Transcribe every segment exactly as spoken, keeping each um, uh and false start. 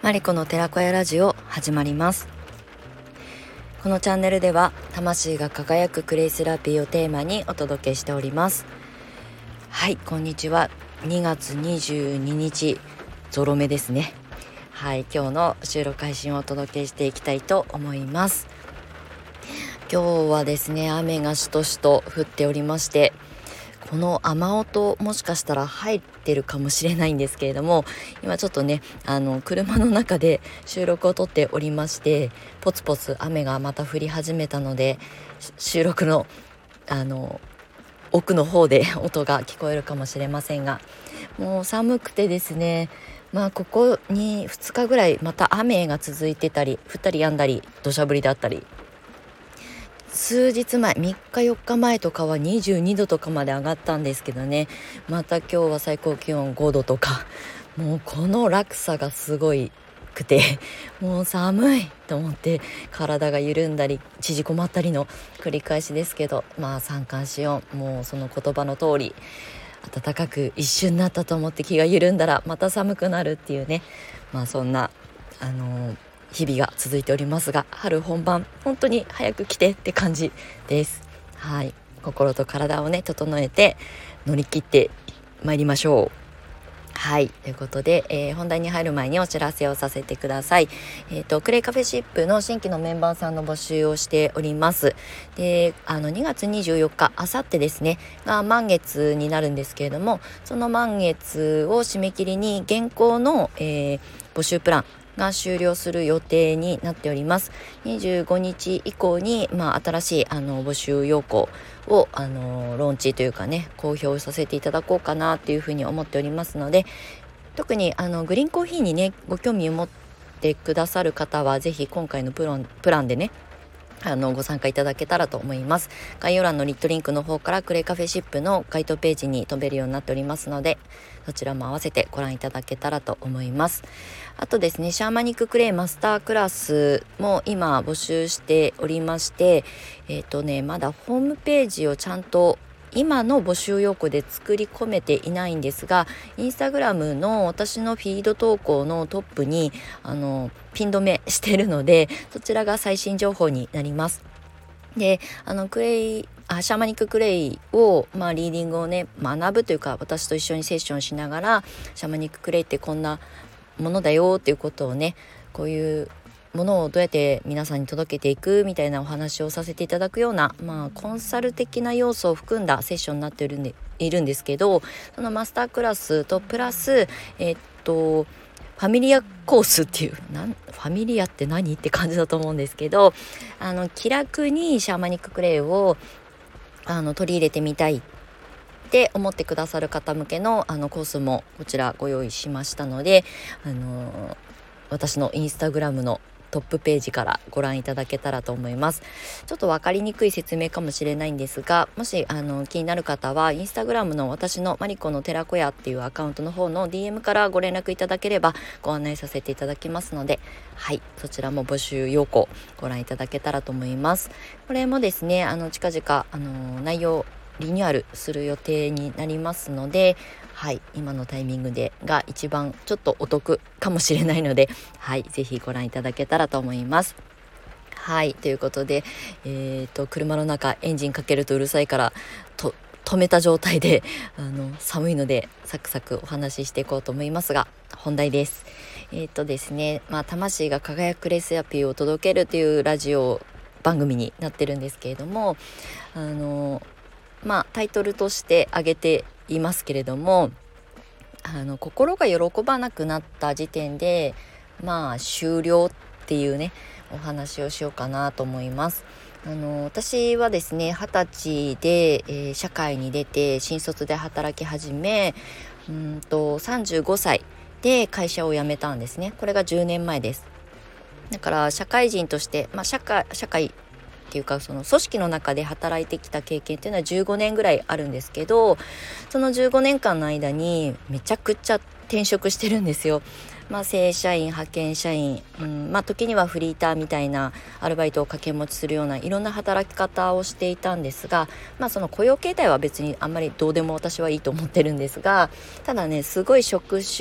マリコの寺子屋ラジオ始まります。このチャンネルでは魂が輝くクレイセラピーをテーマにお届けしております。はい、こんにちは。にがつにじゅうににちゾロ目ですね。はい、今日の収録配信をお届けしていきたいと思います。今日はですね、雨がしとしと降っておりまして、この雨音もしかしたら入ってるかもしれないんですけれども、今ちょっとねあの車の中で収録を撮っておりまして、ポツポツ雨がまた降り始めたので、収録のあの奥の方で音が聞こえるかもしれませんが、もう寒くてですね、まあここにふつかぐらいまた雨が続いてたり、降ったり止んだり、土砂降りだったり、数日前みっかよっかまえとかはにじゅうにどとかまで上がったんですけどね、また今日は最高気温ごどとか、もうこの落差がすごいくて、もう寒いと思って体が緩んだり縮こまったりの繰り返しですけど、まあ三寒四温、もうその言葉の通り暖かく一瞬になったと思って気が緩んだらまた寒くなるっていうね、まあそんなあのー日々が続いておりますが、春本番本当に早く来てって感じです。はい、心と体をね整えて乗り切ってまいりましょう。はい、ということで、えー、本題に入る前にお知らせをさせてください。えーと、クレイカフェシップの新規のメンバーさんの募集をしております。で、あのにがつにじゅうよっか、あさってですねが満月になるんですけれども、その満月を締め切りに現行の、えー、募集プランが終了する予定になっております。にじゅうごにち以降に、まあ、新しいあの募集要項をあのローンチというかね、公表させていただこうかなっていうふうに思っておりますので、特にあのグリーンコーヒーにねご興味を持ってくださる方は、ぜひ今回のプラン、プランでねあのご参加いただけたらと思います。概要欄のリットリンクの方からクレイカフェシップの該当ページに飛べるようになっておりますので、そちらも合わせてご覧いただけたらと思います。あとですね、シャーマニッククレイマスタークラスも今募集しておりまして、えっとねまだホームページをちゃんと今の募集要項で作り込めていないんですが、インスタグラムの私のフィード投稿のトップにあのピン止めしているので、そちらが最新情報になります。で、あのクレイあシャーマニッククレイを、まあ、リーディングをね学ぶというか、私と一緒にセッションしながら、シャーマニッククレイってこんなものだよっていうことをね、こういうものをどうやって皆さんに届けていくみたいなお話をさせていただくような、まあ、コンサル的な要素を含んだセッションになっているんで、いるんですけど、そのマスタークラスとプラス、えっとファミリアコースっていう、なんファミリアって何って感じだと思うんですけど、あの気楽にシャーマニッククレイをあの取り入れてみたいって思ってくださる方向けのあのコースもこちらご用意しましたので、あの私のインスタグラムのトップページからご覧いただけたらと思います。ちょっと分かりにくい説明かもしれないんですが、もしあの気になる方はインスタグラムの私のマリコの寺子屋っていうアカウントの方の ディーエム からご連絡いただければご案内させていただきますので、はい、そちらも募集要項ご覧いただけたらと思います。これもですね、あの近々あの内容リニューアルする予定になりますので、はい、今のタイミングでが一番ちょっとお得かもしれないので、はい、ぜひご覧いただけたらと思います。はい、ということで、えーと、車の中エンジンかけるとうるさいからと止めた状態であの寒いのでサクサクお話ししていこうと思いますが、本題です。えーとですね、まあ、魂が輝くクレイセラピーを届けるというラジオ番組になってるんですけれども、あのまあタイトルとして挙げていますけれども、あの心が喜ばなくなった時点でまあ終了っていうねお話をしようかなと思います。あの私はですねはたちで、えー、社会に出て新卒で働き始め、うんとさんじゅうごさいで会社を辞めたんですね。これがじゅうねんまえです。だから社会人として、まあ、社会社会っていうかその組織の中で働いてきた経験っていうのはじゅうごねんぐらいあるんですけど、そのじゅうごねんかんの間にめちゃくちゃ転職してるんですよ。まあ、正社員、派遣社員、うんまあ、時にはフリーターみたいなアルバイトを掛け持ちするようないろんな働き方をしていたんですが、まあ、その雇用形態は別にあんまりどうでも私はいいと思ってるんですが、ただねすごい職種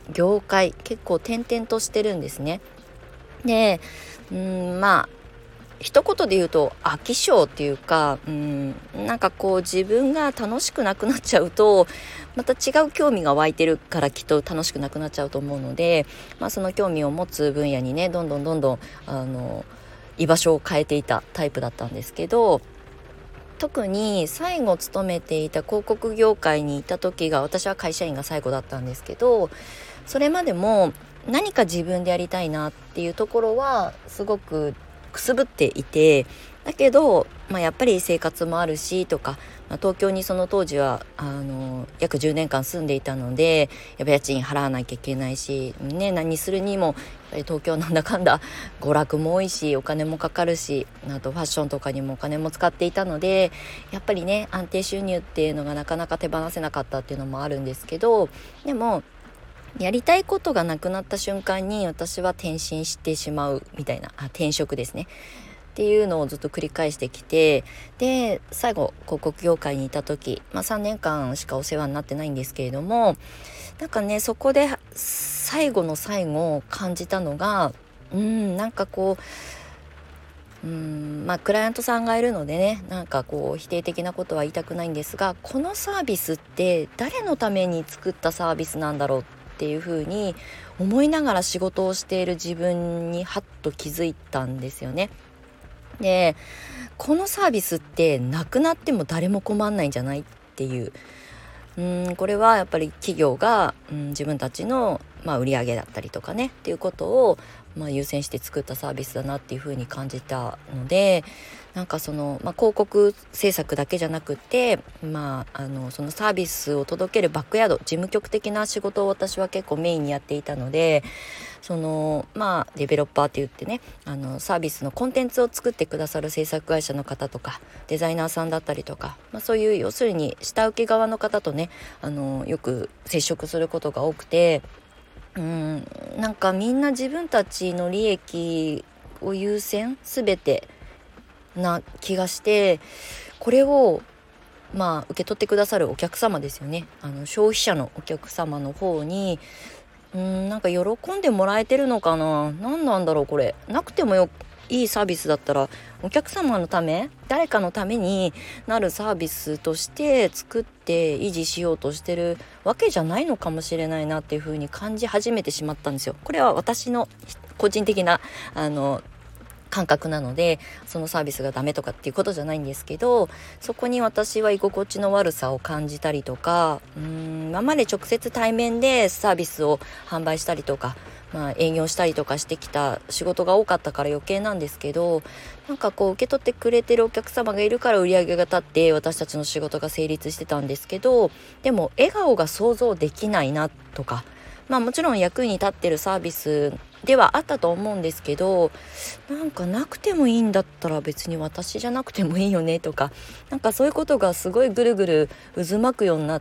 業界結構転々としてるんですね。でうんまあ一言で言うと飽き性っていうか、うんなんかこう自分が楽しくなくなっちゃうとまた違う興味が湧いてるからきっと楽しくなくなっちゃうと思うので、まあ、その興味を持つ分野にねどんどんどんどんあの居場所を変えていたタイプだったんですけど、特に最後勤めていた広告業界にいた時が、私は会社員が最後だったんですけど、それまでも何か自分でやりたいなっていうところはすごくくすぶっていて、だけど、まあ、やっぱり生活もあるしとか、まあ、東京にその当時はあの約じゅうねんかん住んでいたので、やっぱ家賃払わなきゃいけないし、ね、何するにもやっぱり東京なんだかんだ娯楽も多いしお金もかかるし、あとファッションとかにもお金も使っていたので、やっぱりね安定収入っていうのがなかなか手放せなかったっていうのもあるんですけど、でもやりたいことがなくなった瞬間に私は転身してしまうみたいな、あ転職ですねっていうのをずっと繰り返してきて、で最後広告業界にいた時、まあ、さんねんかんしかお世話になってないんですけれども、なんかねそこで最後の最後感じたのが、うんなんかこううんまあクライアントさんがいるのでね、なんかこう否定的なことは言いたくないんですが、このサービスって誰のために作ったサービスなんだろうっていうふうに思いながら仕事をしている自分にハッと気づいたんですよね。でこのサービスってなくなっても誰も困んないんじゃないっていう、うんこれはやっぱり企業が、うん、自分たちの、まあ、売り上げだったりとかねっていうことを、まあ、優先して作ったサービスだなっていうふうに感じたので、なんかその、まあ、広告制作だけじゃなくて、まあ、あのそのサービスを届けるバックヤード、事務局的な仕事を私は結構メインにやっていたので、そのまあデベロッパーって言ってね、あのサービスのコンテンツを作ってくださる制作会社の方とかデザイナーさんだったりとか、まあ、そういう要するに下請け側の方とねあのよく接触することが多くて、うんなんかみんな自分たちの利益を優先すべてな気がして、これをまあ受け取ってくださるお客様ですよね、あの消費者のお客様の方にうーんなんか喜んでもらえてるのかな、何なんだろうこれ、なくてもよいいサービスだったらお客様のため誰かのためになるサービスとして作って維持しようとしてるわけじゃないのかもしれないなっていう風に感じ始めてしまったんですよ。これは私の個人的なあの感覚なので、そのサービスがダメとかっていうことじゃないんですけど、そこに私は居心地の悪さを感じたりとか、うーん今まで直接対面でサービスを販売したりとか、まあ、営業したりとかしてきた仕事が多かったから余計なんですけど、なんかこう受け取ってくれてるお客様がいるから売り上げが立って私たちの仕事が成立してたんですけど、でも笑顔が想像できないなとか、まあもちろん役に立ってるサービスではあったと思うんですけど、なんかなくてもいいんだったら別に私じゃなくてもいいよねとか、なんかそういうことがすごいぐるぐる渦巻くようになって、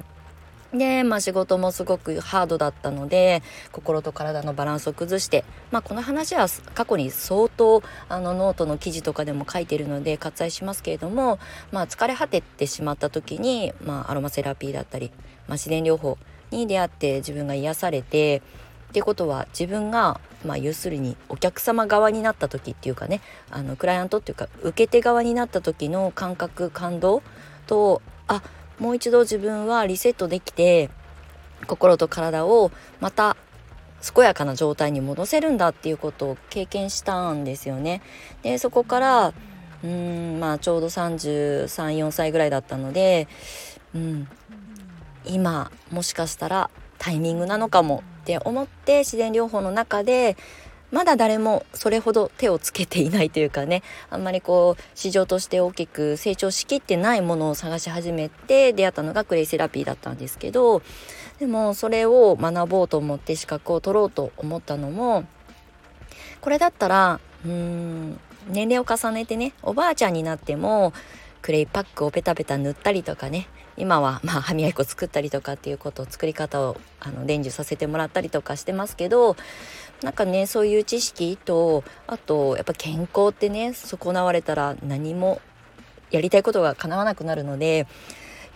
で、まあ、仕事もすごくハードだったので心と体のバランスを崩して、まあ、この話は過去に相当あのノートの記事とかでも書いているので割愛しますけれども、まあ、疲れ果ててしまった時に、まあ、アロマセラピーだったり、まあ、自然療法に出会って自分が癒されてっていうことは、自分が、まあ、要するにお客様側になった時っていうかね、あのクライアントっていうか受け手側になった時の感覚感動と、あもう一度自分はリセットできて心と体をまた健やかな状態に戻せるんだっていうことを経験したんですよね。でそこからうーんまあちょうどさんじゅうさん、よんさいぐらいだったので、うん今もしかしたらタイミングなのかもって思って、自然療法の中でまだ誰もそれほど手をつけていないというかね、あんまりこう市場として大きく成長しきってないものを探し始めて出会ったのがクレイセラピーだったんですけど、でもそれを学ぼうと思って資格を取ろうと思ったのも、これだったらうーん年齢を重ねてね、おばあちゃんになってもクレイパックをペタペタ塗ったりとかね、今はまあ歯磨き粉作ったりとかっていうことを作り方をあの伝授させてもらったりとかしてますけど、なんかねそういう知識と、あとやっぱ健康ってね損なわれたら何もやりたいことが叶わなくなるので、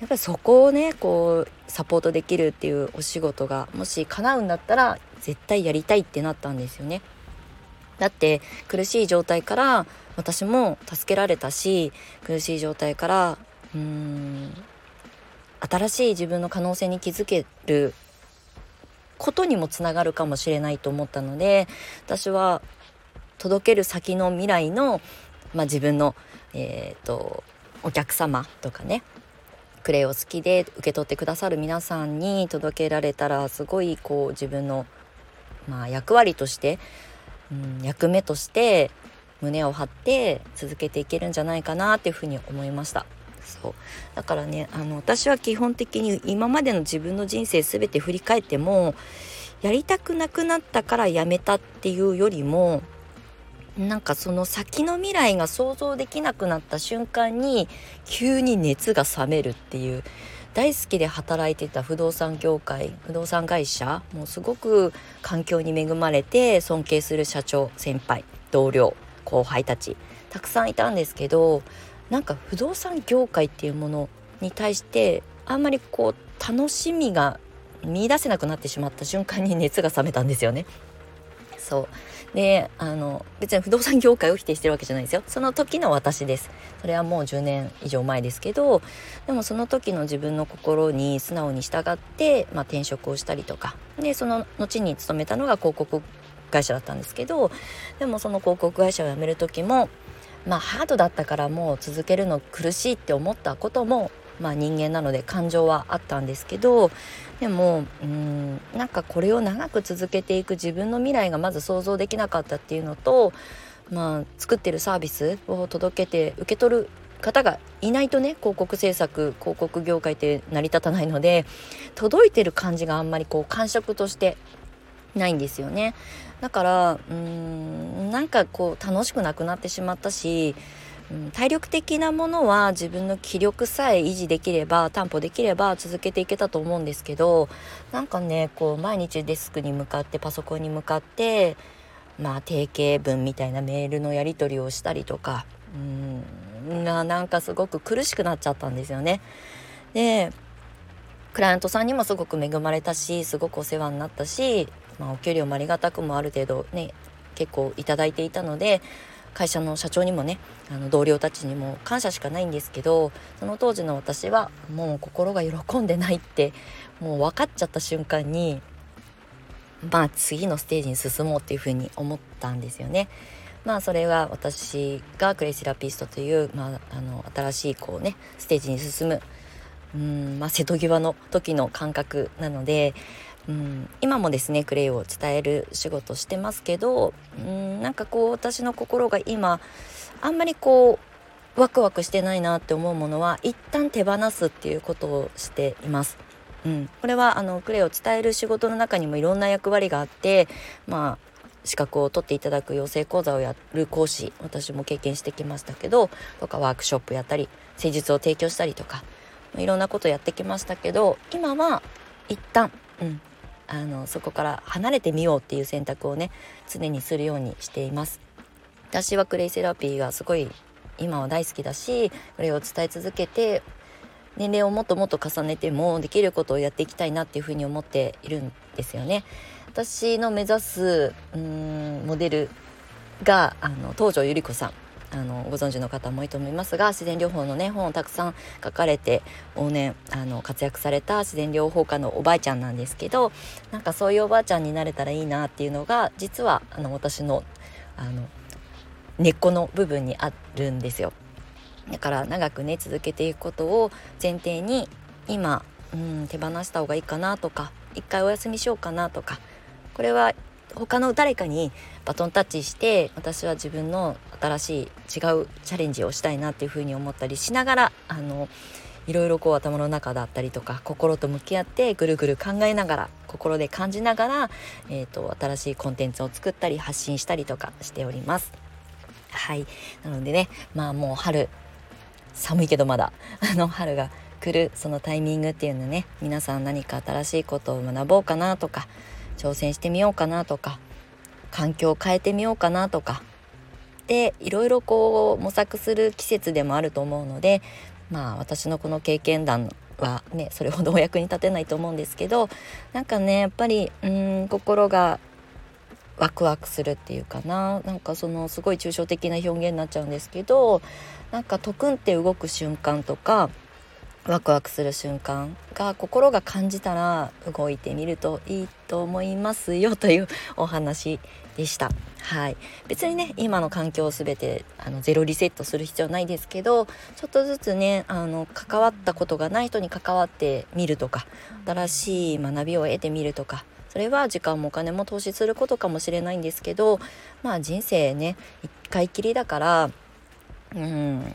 やっぱりそこをねこうサポートできるっていうお仕事がもし叶うんだったら絶対やりたいってなったんですよね。だって苦しい状態から私も助けられたし、苦しい状態からうーん新しい自分の可能性に気づけることにもつながるかもしれないと思ったので、私は届ける先の未来の、まあ、自分の、えーと、お客様とかね、クレイを好きで受け取ってくださる皆さんに届けられたらすごいこう自分の、まあ、役割として、うん、役目として胸を張って続けていけるんじゃないかなっていうふうに思いました。そうだからね、あの私は基本的に今までの自分の人生全て振り返っても、やりたくなくなったからやめたっていうよりも、なんかその先の未来が想像できなくなった瞬間に急に熱が冷めるっていう、大好きで働いてた不動産業界、不動産会社、もうすごく環境に恵まれて尊敬する社長、先輩、同僚、後輩たちたくさんいたんですけど、なんか不動産業界っていうものに対してあんまりこう楽しみが見出せなくなってしまった瞬間に熱が冷めたんですよね。そうで、あの別に不動産業界を否定してるわけじゃないですよ。その時の私です。それはもうじゅうねん以上前ですけど、でもその時の自分の心に素直に従って、まあ、転職をしたりとかで、その後に勤めたのが広告会社だったんですけど、でもその広告会社を辞める時も、まあハードだったからもう続けるの苦しいって思ったことも、まあ人間なので感情はあったんですけど、でもうーんなんかこれを長く続けていく自分の未来がまず想像できなかったっていうのと、まあ作ってるサービスを届けて受け取る方がいないとね、広告制作、広告業界って成り立たないので、届いてる感じがあんまりこう感触としてないんですよね。だからうーんなんかこう楽しくなくなってしまったし、うん、体力的なものは自分の気力さえ維持できれば、担保できれば続けていけたと思うんですけど、なんかねこう毎日デスクに向かってパソコンに向かってまあ定型文みたいなメールのやり取りをしたりとか、うんななんかすごく苦しくなっちゃったんですよね。でクライアントさんにもすごく恵まれたし、すごくお世話になったし、まあ、お給料もありがたくもある程度ね結構いただいていたので、会社の社長にもね、あの同僚たちにも感謝しかないんですけど、その当時の私はもう心が喜んでないってもう分かっちゃった瞬間に、まあ次のステージに進もうっていうふうに思ったんですよね。まあそれが私がクレイセラピストという、まあ、あの新しいこうねステージに進むうん、まあ、瀬戸際の時の感覚なので、うん、今もですねクレイを伝える仕事してますけど、うん、なんかこう私の心が今あんまりこうワクワクしてないなって思うものは一旦手放すっていうことをしています。うん、これはあのクレイを伝える仕事の中にもいろんな役割があって、まあ資格を取っていただく養成講座をやる講師、私も経験してきましたけど、とかワークショップやったり施術を提供したりとかいろんなことやってきましたけど、今は一旦、うん、あのそこから離れてみようっていう選択をね常にするようにしています。私はクレイセラピーがすごい今は大好きだし、これを伝え続けて年齢をもっともっと重ねてもできることをやっていきたいなっていうふうに思っているんですよね。私の目指すうーんモデルがあの東條百合子さん、あのご存知の方も多いと思いますが、自然療法のね本をたくさん書かれて往年あの活躍された自然療法家のおばあちゃんなんですけど、なんかそういうおばあちゃんになれたらいいなっていうのが実はあの私のあの根っこの部分にあるんですよ。だから長くね続けていくことを前提に今、うん、手放した方がいいかなとか、一回お休みしようかなとか、これは他の誰かにバトンタッチして私は自分の新しい違うチャレンジをしたいなっていうふうに思ったりしながら、あのいろいろこう頭の中だったりとか心と向き合ってぐるぐる考えながら、心で感じながら、えーと、新しいコンテンツを作ったり発信したりとかしております。はい、なのでね、まあもう春寒いけどまだあの春が来るそのタイミングっていうのね、皆さん何か新しいことを学ぼうかなとか、挑戦してみようかなとか、環境を変えてみようかなとかでいろいろこう模索する季節でもあると思うので、 まあ私のこの経験談はねそれほどお役に立てないと思うんですけど、なんかねやっぱりうーん心がワクワクするっていうかな、なんかそのすごい抽象的な表現になっちゃうんですけど、なんかトクンって動く瞬間とかワクワクする瞬間が心が感じたら動いてみるといいと思いますよというお話でした。はい、別にね今の環境をすべてあのゼロリセットする必要ないですけど、ちょっとずつねあの関わったことがない人に関わってみるとか、新しい学びを得てみるとか、それは時間もお金も投資することかもしれないんですけど、まあ人生ね一回きりだからうん、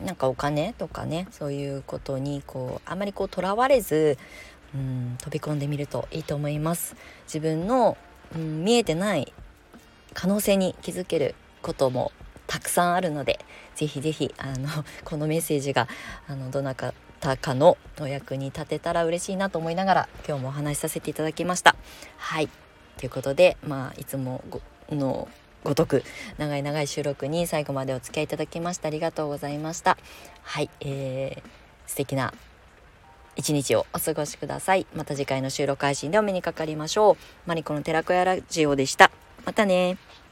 なんかお金とかねそういうことにこうあまりこうとらわれず、うん、飛び込んでみるといいと思います。自分の、うん、見えてない可能性に気づけることもたくさんあるので、ぜひぜひあのこのメッセージがあのどなたかのお役に立てたら嬉しいなと思いながら今日もお話しさせていただきました。はい、ということで、まあいつもごのごとく長い長い収録に最後までお付き合いいただきましてありがとうございました。はい、えー、素敵な一日をお過ごしください。また次回の収録配信でお目にかかりましょう。マリコの寺子屋ラジオでした。またね。